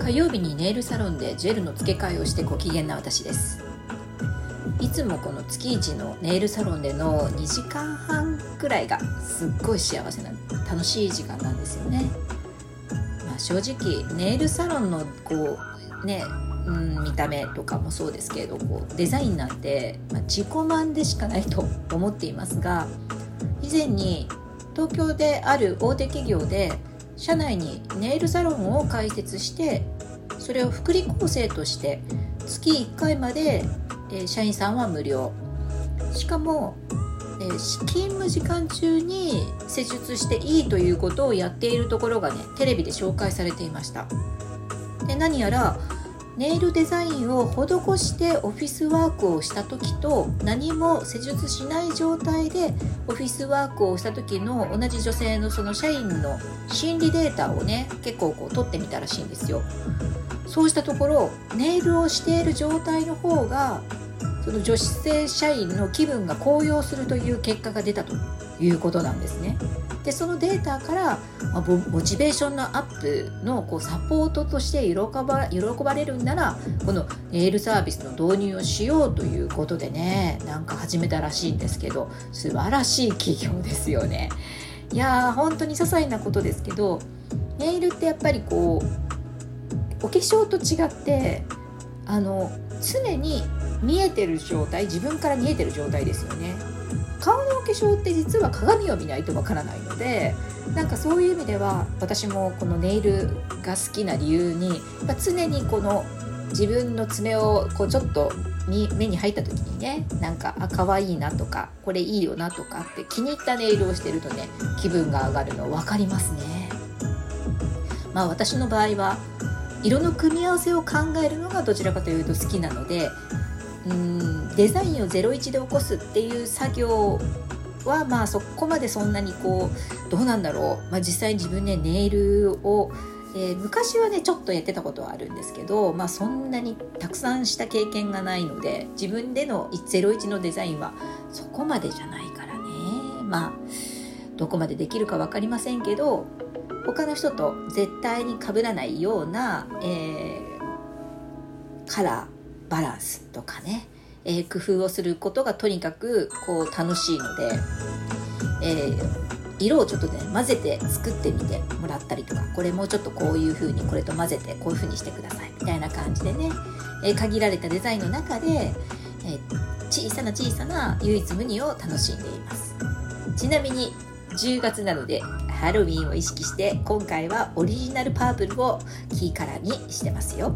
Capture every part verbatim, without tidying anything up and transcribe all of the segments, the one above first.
火曜日にネイルサロンでジェルの付け替えをしてご機嫌な私です。いつもこの月一のネイルサロンでのにじかんはんくらいがすっごい幸せな楽しい時間なんですよね。まあ、正直ネイルサロンのこうね、うん、見た目とかもそうですけれどこうデザインなんて、まあ、自己満でしかないと思っていますが、以前に東京である大手企業で社内にネイルサロンを開設して、それを福利厚生として月いっかいまで、えー、社員さんは無料、しかも、えー、勤務時間中に施術していいということをやっているところがね、テレビで紹介されていました。で、何やらネイルデザインを施してオフィスワークをした時と、何も施術しない状態でオフィスワークをした時の同じ女性のその社員の心理データをね、結構こう取ってみたらしいんですよ。そうしたところ、ネイルをしている状態の方がその女性社員の気分が高揚するという結果が出たということなんですね。で、そのデータからモチベーションのアップのこうサポートとして喜ば、喜ばれるんなら、このネイルサービスの導入をしようということでね、なんか始めたらしいんですけど、素晴らしい企業ですよね。いやー、本当に些細なことですけど、ネイルってやっぱりこうお化粧と違ってあの常に見えてる状態、自分から見えてる状態ですよね。顔のお化粧って実は鏡を見ないとわからないので、なんかそういう意味では私もこのネイルが好きな理由に、常にこの自分の爪をこうちょっと目に入った時にね、なんかあ可愛いなとか、これいいよなとかって気に入ったネイルをしてるとね、気分が上がるの分かりますね。まあ私の場合は色の組み合わせを考えるのがどちらかというと好きなので、うーんデザインをゼロイチで起こすっていう作業はまあそこまでそんなにこうどうなんだろう、まあ、実際に自分ねネイルを、えー、昔はねちょっとやってたことはあるんですけど、まあそんなにたくさんした経験がないので、自分でのゼロイチのデザインはそこまでじゃないからね、まあどこまでできるか分かりませんけど、他の人と絶対に被らないような、えー、カラーバランスとかね、えー、工夫をすることがとにかくこう楽しいので、えー、色をちょっとね混ぜて作ってみてもらったりとか、これもうちょっとこういう風にこれと混ぜてこういう風にしてくださいみたいな感じでね、えー、限られたデザインの中で、えー、小さな小さな唯一無二を楽しんでいます。ちなみにじゅうがつなのでハロウィンを意識して今回はオリジナルパープルをキーカラーにしてますよ。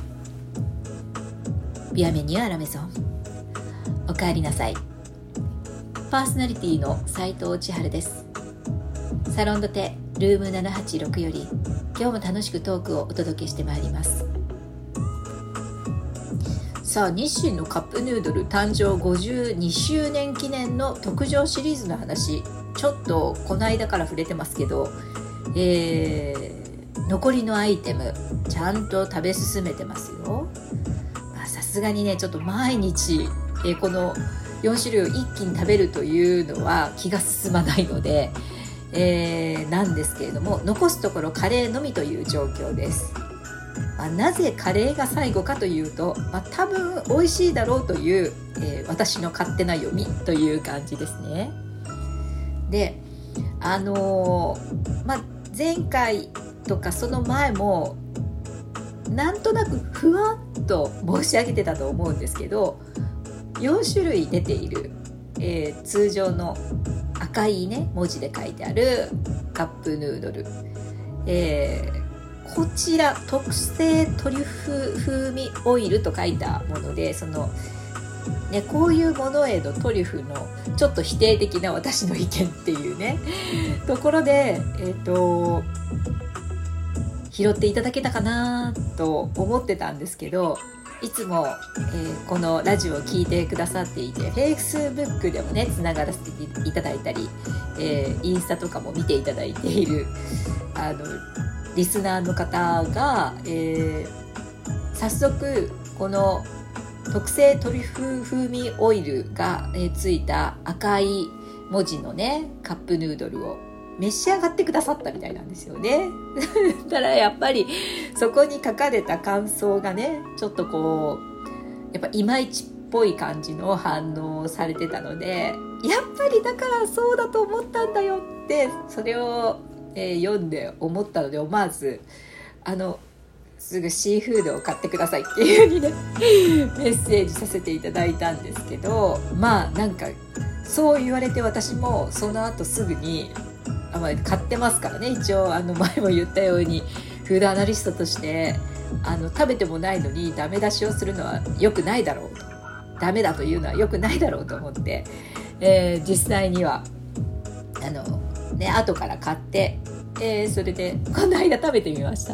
ビアメニューアラメゾン、おかえりなさい。パーソナリティの斉藤千春です。サロンドテルームななはちろくより今日も楽しくトークをお届けしてまいります。さあ、日清のカップヌードル誕生ごじゅうにしゅうねん記念の特上シリーズの話、ちょっとこの間から触れてますけど、えー、残りのアイテムちゃんと食べ進めてますよ。さすがにねちょっと毎日、えー、このよん種類を一気に食べるというのは気が進まないので、えー、なんですけれども、残すところカレーのみという状況です。まあ、なぜカレーが最後かというと、まあ、多分美味しいだろうという、えー、私の勝手な読みという感じですね。で、あのーまあ、前回とかその前もなんとなくふわっと申し上げてたと思うんですけど、よん種類出ている、えー、通常の赤いね文字で書いてあるカップヌードル、えー、こちら特製トリュフ風味オイルと書いたもので、そのね、こういうものへのトリュフのちょっと否定的な私の意見っていうねところで、えーと拾っていただけたかなと思ってたんですけど、いつも、えー、このラジオを聞いてくださっていて、 Facebook でもねつながらせていただいたり、えー、インスタとかも見ていただいているあのリスナーの方が、えー、早速この特製トリュフ風味オイルが、えー、ついた赤い文字のねカップヌードルを召し上がってくださったみたいなんですよね。だからやっぱりそこに書かれた感想がね、ちょっとこうやっぱいまいちっぽい感じの反応をされてたので、やっぱりだからそうだと思ったんだよってそれを、えー、読んで思ったので、思わずあのすぐシーフードを買ってくださいっていう風にねメッセージさせていただいたんですけど、まあなんかそう言われて私もその後すぐにあ、まあ、買ってますからね。一応あの前も言ったようにフードアナリストとしてあの食べてもないのにダメ出しをするのは良くないだろうと、ダメだというのは良くないだろうと思って、えー、実際にはあのね後から買って、えー、それでこの間食べてみました。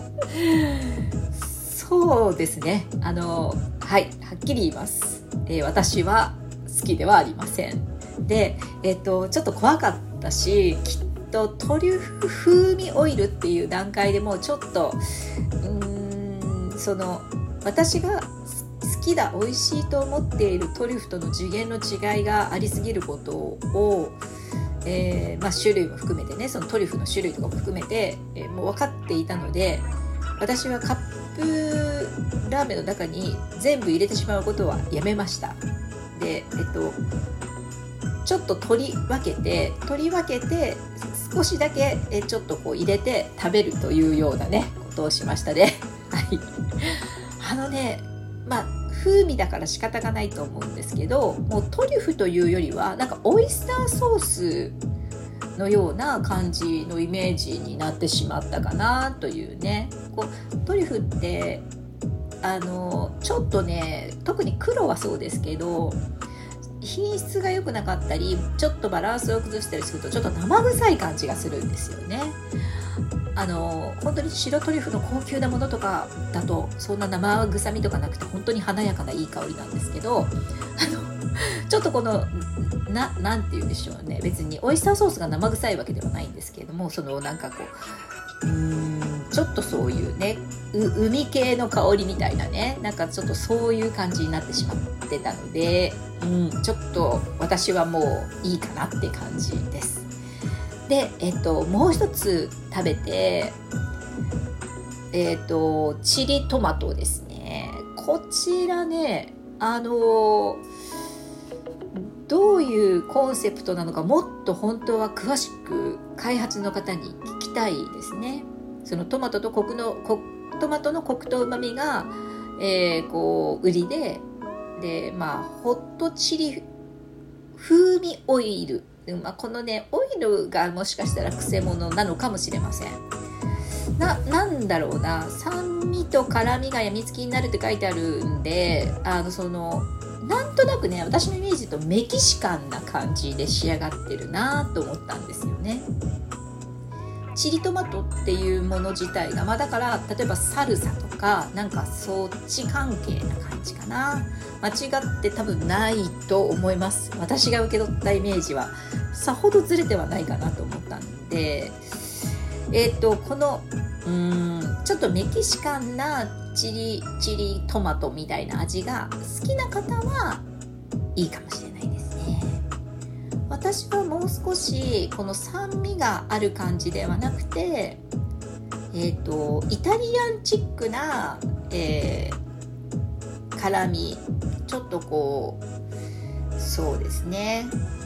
そうですね、あのはいはっきり言います、えー、私は好きではありません。で、えーと、ちょっと怖かったし、きっとトリュフ風味オイルっていう段階でもうちょっとうーんその私が好きだ美味しいと思っているトリュフとの次元の違いがありすぎることを、えーまあ、種類も含めてね、そのトリュフの種類とかも含めて、えー、もう分かっていたので、私はカップラーメンの中に全部入れてしまうことはやめました。で、えっとちょっと取り分けて取り分けて少しだけえちょっとこう入れて食べるというようなねことをしましたね。はい。あのね、まあ風味だから仕方がないと思うんですけど、もうトリュフというよりはなんかオイスターソースのような感じのイメージになってしまったかなというね。こうトリュフってあのちょっとね、特に黒はそうですけど品質が良くなかったりちょっとバランスを崩したりするとちょっと生臭い感じがするんですよね。あの本当に白トリュフの高級なものとかだとそんな生臭みとかなくて本当に華やかないい香りなんですけど、あのちょっとこのななんて言うんでしょうね、別にオイスターソースが生臭いわけではないんですけれども、そのなんかこううーんちょっとそういうねう海系の香りみたいなね、なんかちょっとそういう感じになってしまってたので、うん、ちょっと私はもういいかなって感じです。で、えっと、もう一つ食べて、えっと、チリトマトですね。こちらね、あのどういうコンセプトなのかもっと本当は詳しく開発の方に聞きたいですね。そのトマトとコクのコトマトのコクと旨味が、えー、こう売りで、でまあホットチリ風味オイル、まあ、このねオイルがもしかしたらくせ者なのかもしれません。な, なんだろうな、酸味と辛みがやみつきになるって書いてあるんで、あのそのなんとなくね、私のイメージとメキシカンな感じで仕上がってるなと思ったんですよね。チリトマトっていうもの自体が、まあ、だから例えばサルサとかなんかそっち関係な感じかな。間違って多分ないと思います。私が受け取ったイメージはさほどずれてはないかなと思ったんで、えっとこのうーんちょっとメキシカンなチリチリトマトみたいな味が好きな方はいいかもしれないですね。私はもう少しこの酸味がある感じではなくて、えっとイタリアンチックな、えー、辛み、ちょっとこうそうですね、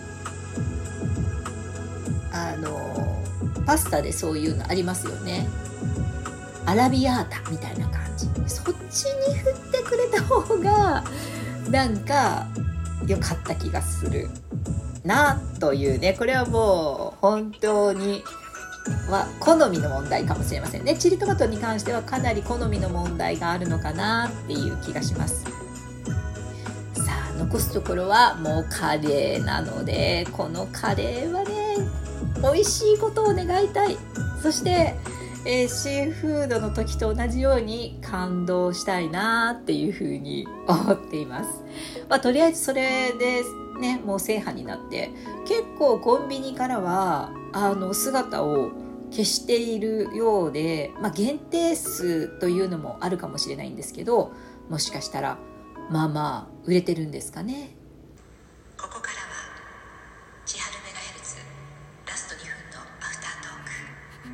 あのパスタでそういうのありますよね、アラビアータみたいな感じ、そっちに振ってくれた方がなんか良かった気がするなというね。これはもう本当には好みの問題かもしれませんね。チリトマトに関してはかなり好みの問題があるのかなっていう気がします。さあ残すところはもうカレーなので、このカレーはね美味しいことを願いたい。そしてえー、シーフードの時と同じように感動したいなっていうふうに思っています。まあ、とりあえずそれでね、もう制覇になって結構コンビニからはあの姿を消しているようで、まあ、限定数というのもあるかもしれないんですけど、もしかしたらまあまあ売れてるんですかね。 ここからは千春メガヘルツラストにふんのアフタートーク。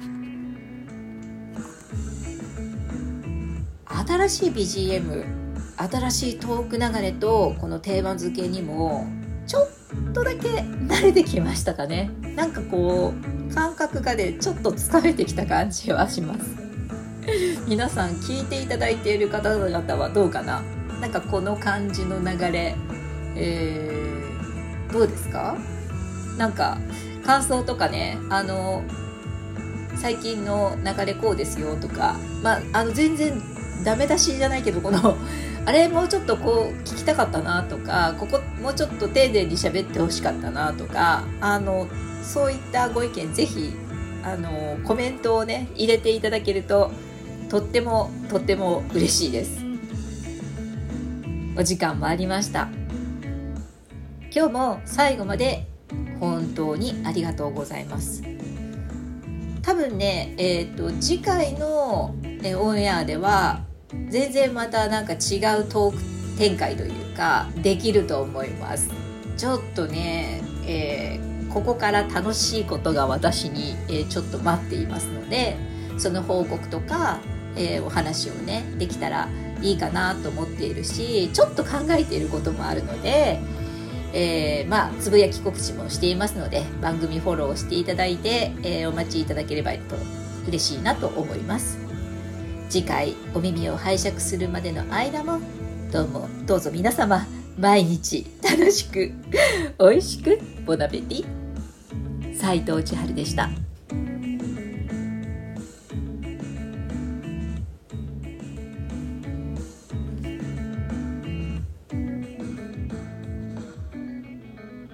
新しい ビージーエム、 新しいトーク流れとこのテーマ付けにもちょっとだけ慣れてきましたかね。なんかこう感覚がねちょっとつかめてきた感じはします皆さん聞いていただいている方々はどうかな。なんかこの感じの流れ、えー、どうですか？なんか感想とかね、あの最近の流れこうですよとか、まあ、あの全然ダメ出しじゃないけど、このあれもうちょっとこう聞きたかったなとか、ここもうちょっと丁寧に喋ってほしかったなとか、あのそういったご意見ぜひあのコメントをね入れていただけるととってもとっても嬉しいです。お時間もありました。今日も最後まで本当にありがとうございます。多分ね、えーと、次回のえオンエアでは全然またなんか違うトーク展開というかできると思います。ちょっとね、えー、ここから楽しいことが私に、えー、ちょっと待っていますので、その報告とか、えー、お話をねできたらいいかなと思っているし、ちょっと考えていることもあるので、えー、まあつぶやき告知もしていますので、番組フォローしていただいて、えー、お待ちいただければと嬉しいなと思います。次回お耳を拝借するまでの間もどうもどうぞ皆様毎日楽しく美味しくボナペティ。斉藤千春でした。